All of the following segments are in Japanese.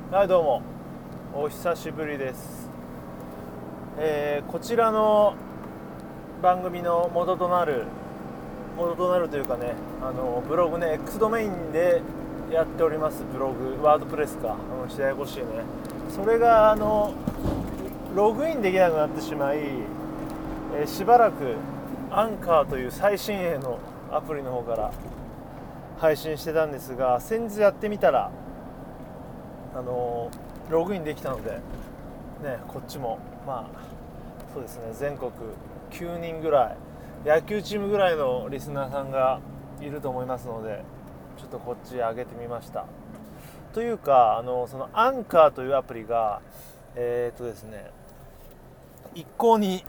はいどうもお久しぶりです。こちらの番組の元となるというかね、ブログね X ドメインでやっておりますブログワードプレスか、ややこしいね。それがログインできなくなってしまい、しばらくアンカーという最新鋭のアプリの方から配信してたんですが、先日やってみたらログインできたのでね、こっちもそうですね、全国9人ぐらい野球チームぐらいのリスナーさんがいると思いますので、ちょっとこっち上げてみました。というかそのアンカーというアプリがですね、一向に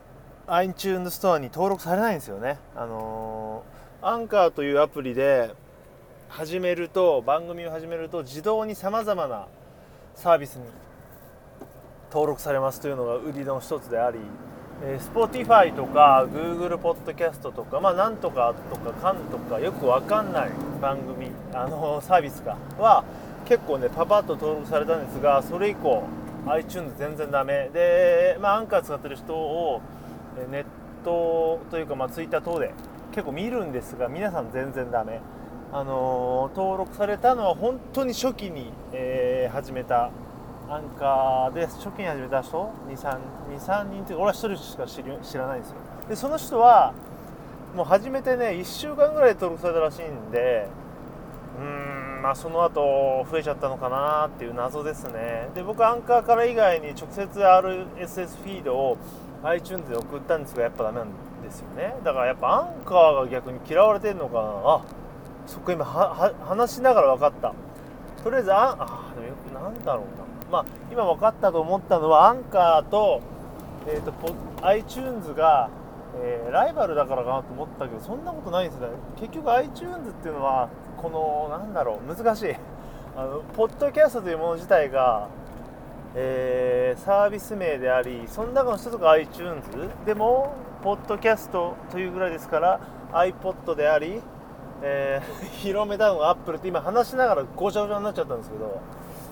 iTunes ストアに登録されないんですよね。アンカーというアプリで番組を始めると自動にさまざまなサービスに登録されますというのが売りの一つであり、Spotify とか Google ポッドキャストとか、なんとかとかかんとかよくわかんない番組サービスは結構ねパパッと登録されたんですが、それ以降 iTunes 全然ダメで、アンカー使ってる人をネットというか、Twitter 等で結構見るんですが、皆さん全然ダメ。登録されたのは本当に初期に、始めたアンカーで初期に始めた人 2,3 人というか、俺は1人しか知らないんですよ。でその人はもう始めてね1週間ぐらいで登録されたらしいんで、その後増えちゃったのかなっていう謎ですね。で僕アンカーから以外に直接 RSS フィードを iTunes で送ったんですが、やっぱダメなんですよね。だからやっぱアンカーが逆に嫌われてるのかな。そこ今話しながら分かった。とりあえずでもなんだろうな、今分かったと思ったのはアンカーと、iTunes が、ライバルだからかなと思ったけど、そんなことないんですよね。結局 iTunes っていうのはこの難しいポッドキャストというもの自体が、サービス名であり、その中の一つが iTunes でもポッドキャストというぐらいですから iPod であり、広めたのがアップルって今話しながらごちゃごちゃになっちゃったんですけど、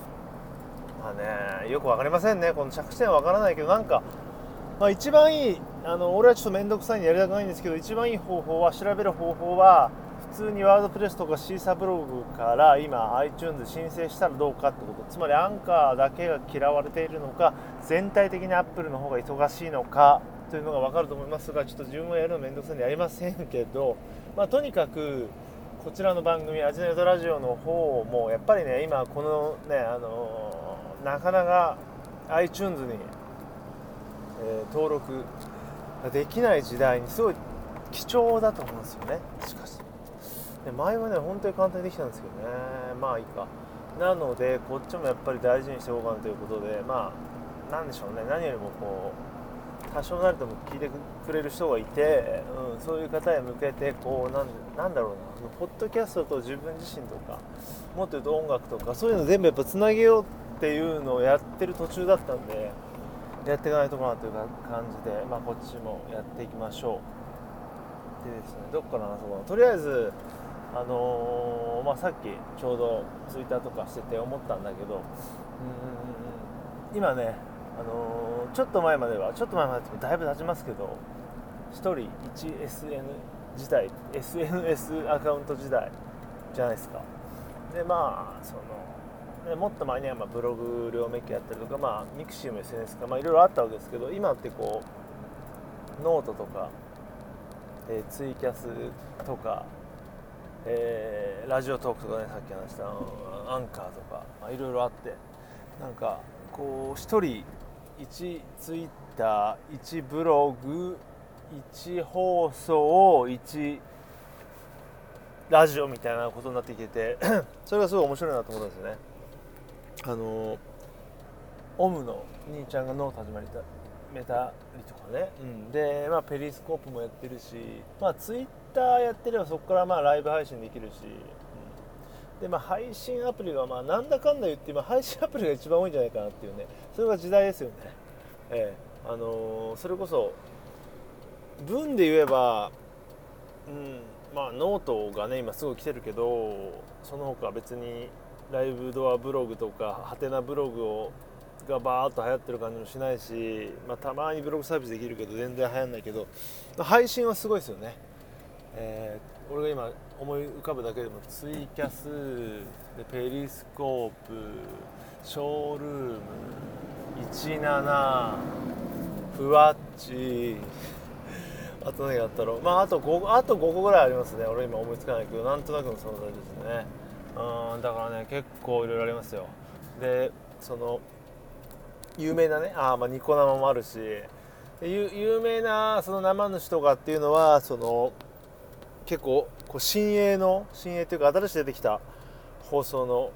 よく分かりませんね。この着地点は分からないけど、一番いい俺はちょっと面倒くさいんでやりたくないんですけど、一番いい方法は調べる方法は普通にワードプレスとかシーサーブログから今 iTunes 申請したらどうかってこと。つまりアンカーだけが嫌われているのか、全体的にアップルの方が忙しいのかというのが分かると思いますが、ちょっと自分はやるの面倒くさいんでやりませんけど、とにかくこちらの番組アジネットラジオの方もやっぱりね、今このねなかなか iTunes に、登録ができない時代にすごい貴重だと思うんですよね。しかし前はね本当に簡単にできたんですけどね。いいか。なのでこっちもやっぱり大事にしておこうかなということで、なんでしょうね、何よりもこう多少なりとも聞いてくれる人がいて、そういう方へ向けてこうなんだろうな、ポッドキャストと自分自身とか、もっと言うと音楽とか、そういうの全部やっぱつなげようっていうのをやってる途中だったんで、やっていかないところなという感じで、こっちもやっていきましょう。でですね、どっから話そうかな。とりあえずさっきちょうどツイッターとかしてて思ったんだけど、今ね、ちょっと前までってだいぶ経ちますけど、1人 1SN 時代 SNS アカウント時代じゃないですか。でもっと前にはブログ両面やったりとか、ミクシーも SNS かいろいろあったわけですけど、今ってこうノートとか、ツイキャスとか、ラジオトークとかね、さっき話したアンカーとか、いろいろあって、こう1人1ツイッター1ブログ1放送1ラジオみたいなことになってきててそれがすごい面白いなと思ったんですよね。オムの兄ちゃんがノート始めたりとかね、で、ペリスコープもやってるし、ツイッターやってればそこからライブ配信できるし、で配信アプリがなんだかんだ言って今配信アプリが一番多いんじゃないかなっていうね、それが時代ですよね。それこそ文で言えば、ノートがね今すごい来てるけど、その他別にライブドアブログとかハテナブログがバーッと流行ってる感じもしないし、たまにブログサービスできるけど全然流行んないけど、配信はすごいですよね。俺が今思い浮かぶだけでもツイキャスでペリスコープ、ショールーム、17、ふわっち、あと何があったろう、あと5個ぐらいありますね。俺今思いつかないけど、なんとなくの存在ですね。だからね、結構いろいろありますよ。でその有名なね、ニコ生もあるし、有名なその生主とかっていうのはその結構こう新鋭っていうか新しく出てきた放送の、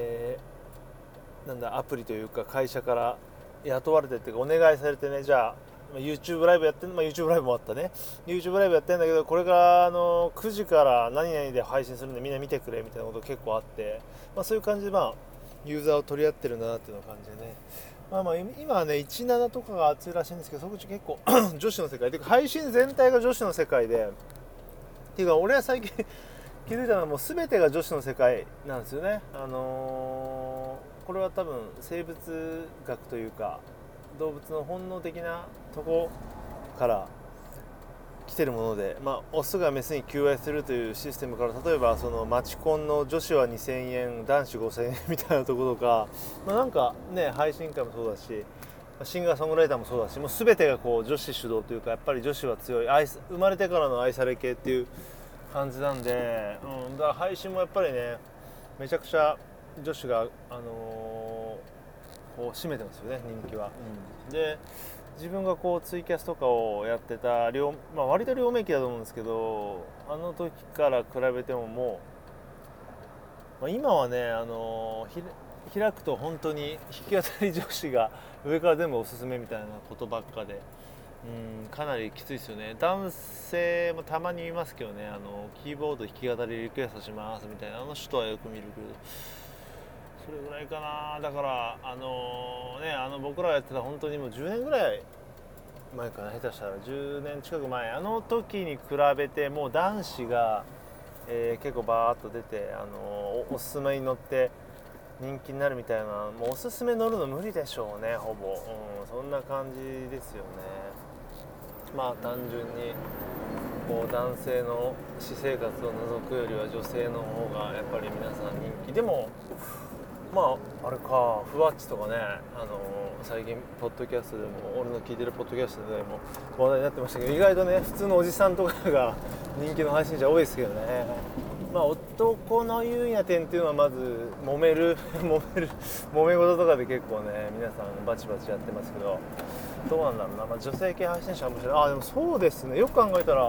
アプリというか会社から雇われてっていうかお願いされてね、じゃあYouTube ライブやってんの、YouTube ライブもあったね。YouTube ライブやってんだけど、これから9時から何々で配信するんでみんな見てくれみたいなこと結構あって、そういう感じでユーザーを取り合ってるなっていう感じでね。今はね17とかが熱いらしいんですけど、そこ結構女子の世界で、配信全体が女子の世界で、っていうか俺は最近気づいたのはもう全てが女子の世界なんですよね。これは多分生物学というか動物の本能的なとこから来てるもので、オスがメスに求愛するというシステムから、例えばそのマチコンの女子は2000円男子5000円みたいなところとか、なんかね配信会もそうだしシンガーソングライターもそうだし、もう全てがこう女子主導というか、やっぱり女子は強い、生まれてからの愛され系っていう感じなんで、だから配信もやっぱりねめちゃくちゃ女子が、こう占めてますよね、人気は。で自分がこうツイキャスとかをやってた割と両面期だと思うんですけど、あの時から比べてももう、今はね開くと本当に弾き語り女子が上から全部おすすめみたいなことばっかで、かなりきついですよね。男性もたまに見ますけどね、キーボード弾き語りリクエストしますみたいな人はよく見るけど、それぐらいかな。だから僕らがやってた本当にもう10年ぐらい前かな、下手したら10年近く前、あの時に比べてもう男子が、結構バーッと出て、おすすめに乗って人気になるみたいな、もうおすすめ乗るの無理でしょうね、ほぼ、そんな感じですよね。単純にこう男性の私生活を除くよりは女性の方がやっぱり皆さん人気でも、あれか、ふわっちとかね、最近ポッドキャストでも俺の聞いてるポッドキャストでも話題になってましたけど、意外とね普通のおじさんとかが人気の配信者多いですけどね。男の優位な点っていうのはまず揉め事とかで結構ね皆さんバチバチやってますけど、どうなんだろうな、女性系配信者はもしれない。でもそうですね、よく考えたら、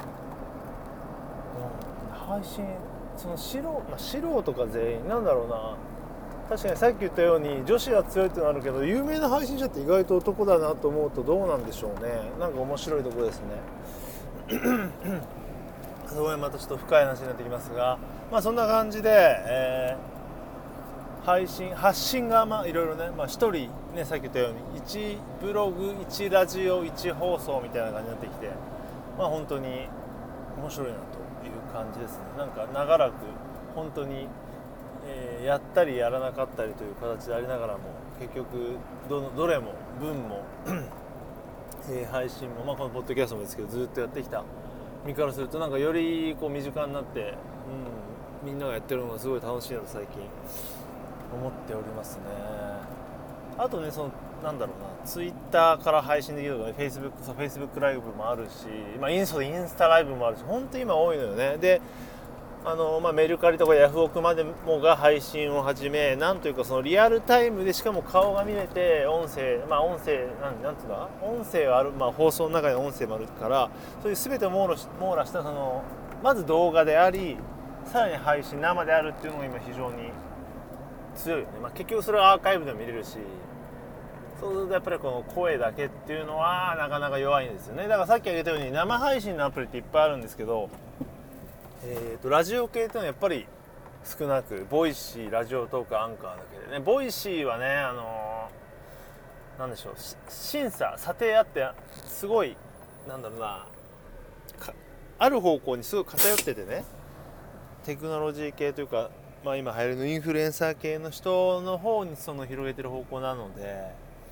配信その素人か全員なんだろうな。確かにさっき言ったように女子が強いってのはあるけど、有名な配信者って意外と男だなと思うとどうなんでしょうね。なんか面白いところですね。すごいまたちょっと深い話になってきますが、そんな感じで、発信がいろいろね、1人ね、さっき言ったように1ブログ1ラジオ1放送みたいな感じになってきて、本当に面白いなという感じですね。なんか長らく本当にやったりやらなかったりという形でありながらも、結局どれも文も配信も、このポッドキャストもですけどずっとやってきた身からすると、なんかよりこう身近になって、みんながやってるのがすごい楽しいなと最近思っておりますね。あとね、なんだろうな、ツイッターから配信できるとかね、フェイスブックライブもあるし、インスタライブもあるし、本当に今多いのよね。でメルカリとかヤフオクまでもが配信を始め、なんというかそのリアルタイムでしかも顔が見れて、音声なんていうんだ、音声はある、放送の中で音声もあるから、そういう全てを網羅したまず動画であり、さらに配信生であるっていうのが今非常に強いよね。結局それはアーカイブでも見れるし、そうするとやっぱりこの声だけっていうのはなかなか弱いんですよね。だからさっき挙げたように生配信のアプリっていっぱいあるんですけど、ラジオ系っていうのはやっぱり少なく、ボイシー、ラジオトーク、アンカーだけでね。ボイシーはね、なんでしょう、査定あって、すごいなんだろうな、ある方向にすごい偏っててね、テクノロジー系というか今流行りのインフルエンサー系の人の方にその広げてる方向なので、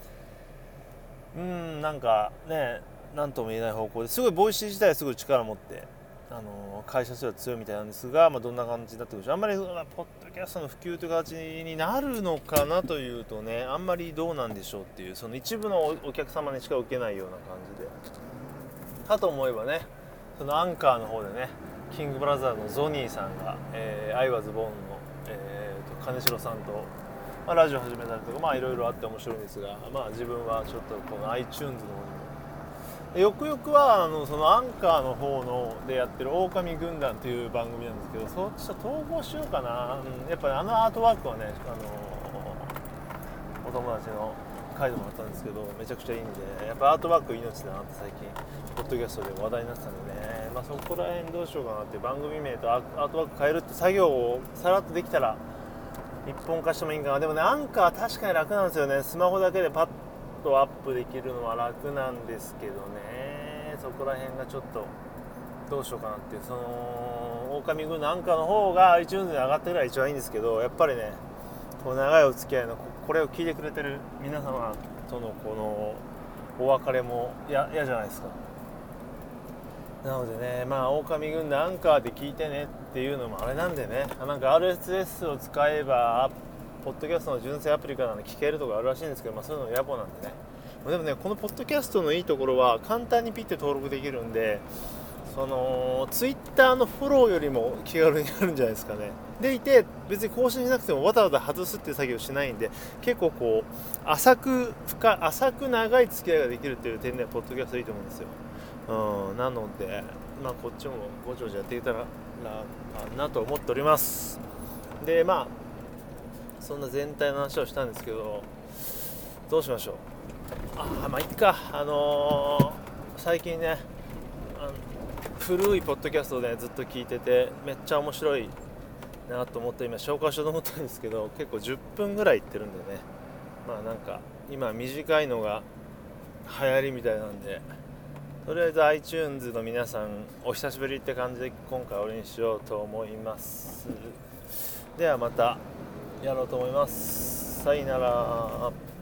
なんかね、なんとも言えない方向ですごいボイシー自体はすごい力を持って会社としては強いみたいなんですが、どんな感じになってくるでしょう。あんまりポッドキャストの普及という形になるのかなというとね、あんまりどうなんでしょうっていう、その一部のお客様にしか受けないような感じで、かと思えばね、そのアンカーの方でね、キングブラザーのゾニーさんが、アイワズボーンの、金城さんと、ラジオ始めたりとかいろいろあって面白いんですが、自分はちょっとこの iTunes の方にもよくよくはそのアンカーの方のでやってる狼軍団という番組なんですけど、そっちと統合しようかな、やっぱりアートワークはね、お友達の書いてもらったんですけど、めちゃくちゃいいんで、やっぱアートワーク命だなって最近ポッドキャストで話題になってたんでね、そこら辺どうしようかなって、番組名とアートワーク変えるって作業をさらっとできたら一本化してもいいかな。でもね、アンカーは確かに楽なんですよね。スマホだけでパッとアップできるのは楽なんですけどね、そこら辺がちょっとどうしようかなって。その狼軍のアンカーの方が iTunes に上がってくらい一番いいんですけど、やっぱりね、この長いお付き合いのこれを聞いてくれてる皆様とのこのお別れも嫌じゃないですか。なのでね、狼軍団アンカーで聞いてねっていうのもあれなんでね、なんか RSS を使えばポッドキャストの純正アプリから聞けるとかあるらしいんですけど、そういうの野暮なんでね。でもね、このポッドキャストのいいところは簡単にピッて登録できるんで、そのツイッターのフォローよりも気軽になるんじゃないですかね。でいて、別に更新しなくてもわざわざ外すっていう作業をしないんで、結構こう浅く長い付き合いができるっていう点ではポッドキャストいいと思うんですよ。なので、こっちもごちょごちょやっていけたらなと思っております。で、そんな全体の話をしたんですけど、どうしましょう。いっか。最近ね、古いポッドキャストでずっと聞いてて、めっちゃ面白いなと思って今紹介しようと思ったんですけど、結構10分ぐらいいってるんでね、なんか今短いのが流行りみたいなんで、とりあえず iTunes の皆さんお久しぶりって感じで今回終わりにしようと思います。ではまたやろうと思います。さよなら。